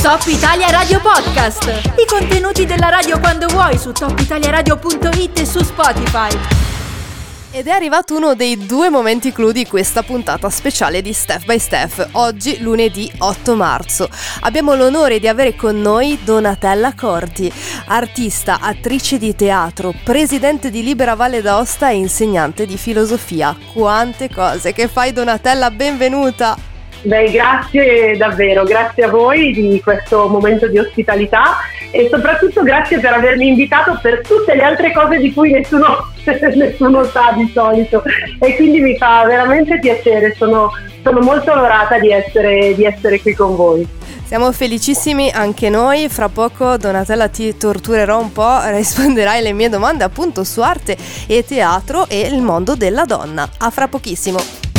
Top Italia Radio Podcast. I contenuti della radio quando vuoi su topitaliaradio.it e su Spotify. Ed è arrivato uno dei due momenti clou di questa puntata speciale di Steph by Steph. Oggi, lunedì 8 marzo, abbiamo l'onore di avere con noi Donatella Corti, artista, attrice di teatro, presidente di Libera Valle d'Aosta e insegnante di filosofia. Quante cose che fai, Donatella, benvenuta! Beh, grazie davvero, grazie a voi di questo momento di ospitalità e soprattutto grazie per avermi invitato per tutte le altre cose di cui nessuno sa di solito, e quindi mi fa veramente piacere, sono molto onorata di essere qui con voi. Siamo felicissimi anche noi. Fra poco, Donatella, ti torturerò un po', risponderai alle mie domande appunto su arte e teatro e il mondo della donna. A fra pochissimo.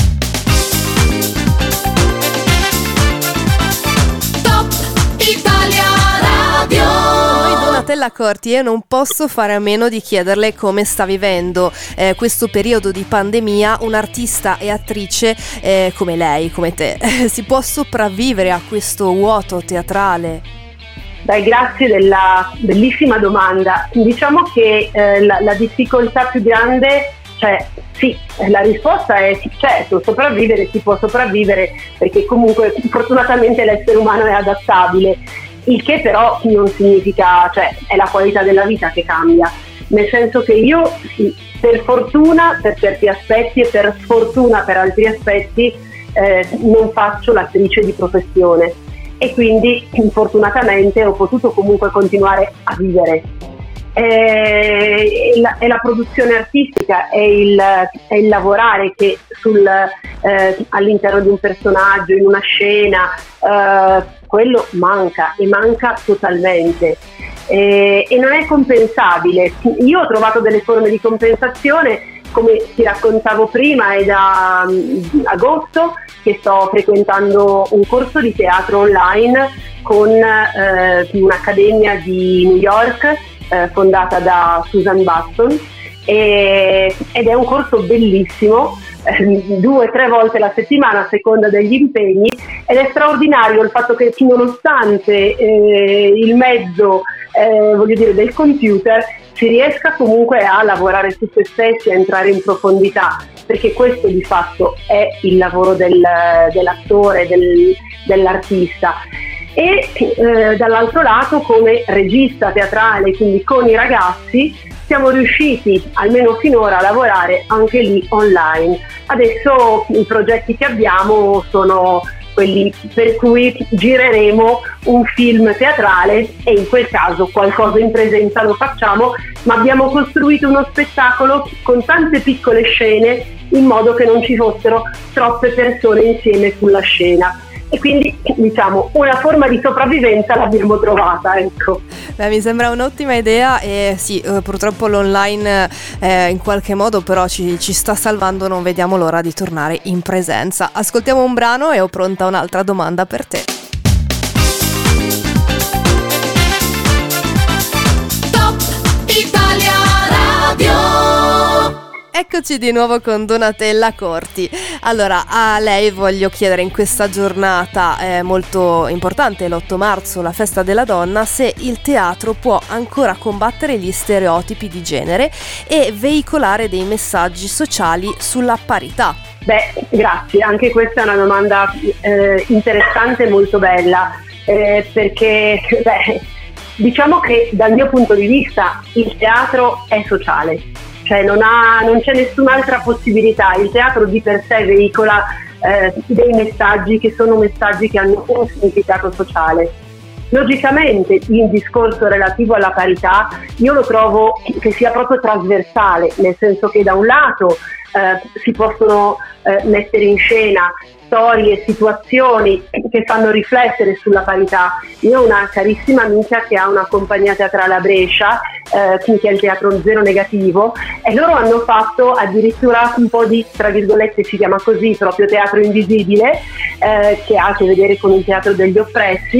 Donatella Corti, io non posso fare a meno di chiederle come sta vivendo questo periodo di pandemia. Un'artista e attrice come lei, come te, si può sopravvivere a questo vuoto teatrale? Beh, grazie della bellissima domanda. Diciamo che la difficoltà più grande, cioè sì, la risposta è sì, certo, sopravvivere si può sopravvivere perché comunque fortunatamente l'essere umano è adattabile. Il che però non significa, cioè è la qualità della vita che cambia, nel senso che io per fortuna per certi aspetti e per sfortuna per altri aspetti non faccio l'attrice di professione e quindi fortunatamente ho potuto comunque continuare a vivere. È la produzione artistica, è il lavorare che all'interno di un personaggio, in una scena, quello manca e manca totalmente e non è compensabile. Io ho trovato delle forme di compensazione, come ti raccontavo prima, è da agosto che sto frequentando un corso di teatro online con un'accademia di New York fondata da Susan Batson ed è un corso bellissimo, 2-3 volte la settimana a seconda degli impegni, ed è straordinario il fatto che nonostante il mezzo voglio dire del computer si riesca comunque a lavorare su se stessi, a entrare in profondità, perché questo di fatto è il lavoro dell'attore, dell'artista. E dall'altro lato, come regista teatrale, quindi con i ragazzi, siamo riusciti almeno finora a lavorare anche lì online. Adesso i progetti che abbiamo sono quelli per cui gireremo un film teatrale e in quel caso qualcosa in presenza lo facciamo, ma abbiamo costruito uno spettacolo con tante piccole scene in modo che non ci fossero troppe persone insieme sulla scena. E quindi diciamo una forma di sopravvivenza l'abbiamo trovata, ecco. Beh, mi sembra un'ottima idea e sì, purtroppo l'online in qualche modo però ci sta salvando, non vediamo l'ora di tornare in presenza. Ascoltiamo un brano e ho pronta un'altra domanda per te. Top Italia Radio. Eccoci di nuovo con Donatella Corti. Allora, a lei voglio chiedere in questa giornata molto importante, l'8 marzo, la festa della donna, se il teatro può ancora combattere gli stereotipi di genere e veicolare dei messaggi sociali sulla parità. Beh, grazie, anche questa è una domanda interessante e molto bella, perché diciamo che dal mio punto di vista il teatro è sociale. Cioè non c'è nessun'altra possibilità. Il teatro di per sé veicola dei messaggi che sono messaggi che hanno un significato sociale. Logicamente il discorso relativo alla parità io lo trovo che sia proprio trasversale, nel senso che da un lato si possono mettere in scena storie, situazioni che fanno riflettere sulla parità. Io ho una carissima amica che ha una compagnia teatrale a Brescia, che è il Teatro Zero Negativo, e loro hanno fatto addirittura un po' di, tra virgolette, si chiama così, proprio teatro invisibile, che ha a che vedere con il teatro degli oppressi,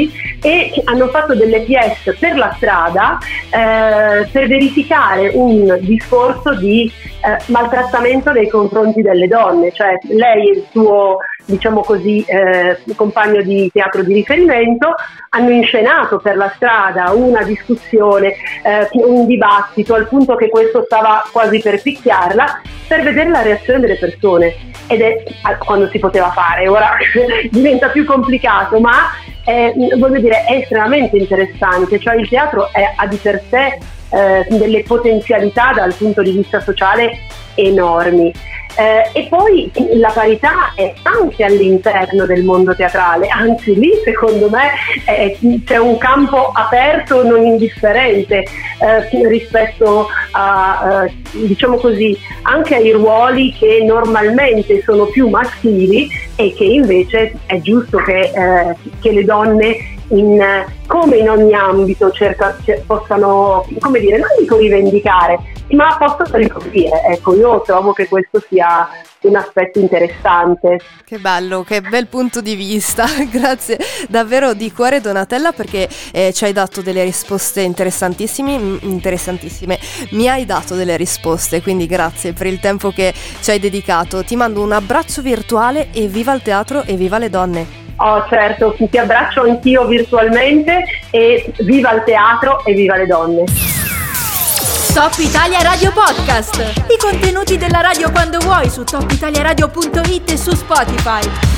e hanno fatto delle pièce per la strada per verificare un discorso di maltrattamento nei confronti delle donne, cioè lei e il suo, diciamo così, compagno di teatro di riferimento hanno inscenato per la strada una discussione, un dibattito, al punto che questo stava quasi per picchiarla, per vedere la reazione delle persone. Ed è quando si poteva fare, ora diventa più complicato, ma voglio dire, è estremamente interessante, cioè il teatro ha di per sé delle potenzialità dal punto di vista sociale enormi. E poi la parità è anche all'interno del mondo teatrale, anzi lì secondo me c'è un campo aperto non indifferente rispetto a diciamo così, anche ai ruoli che normalmente sono più maschili e che invece è giusto che le donne come in ogni ambito possano, come dire, non dico rivendicare, ma possono ricoprire. Ecco, io trovo che questo sia un aspetto interessante. Che bello, che bel punto di vista. Grazie davvero di cuore Donatella, perché ci hai dato delle risposte interessantissime. Mi hai dato delle risposte, quindi grazie per il tempo che ci hai dedicato. Ti mando un abbraccio virtuale e viva il teatro e viva le donne. Oh certo, ti abbraccio anch'io virtualmente e viva il teatro e viva le donne. Top Italia Radio Podcast. I contenuti della radio quando vuoi su topitaliaradio.it e su Spotify.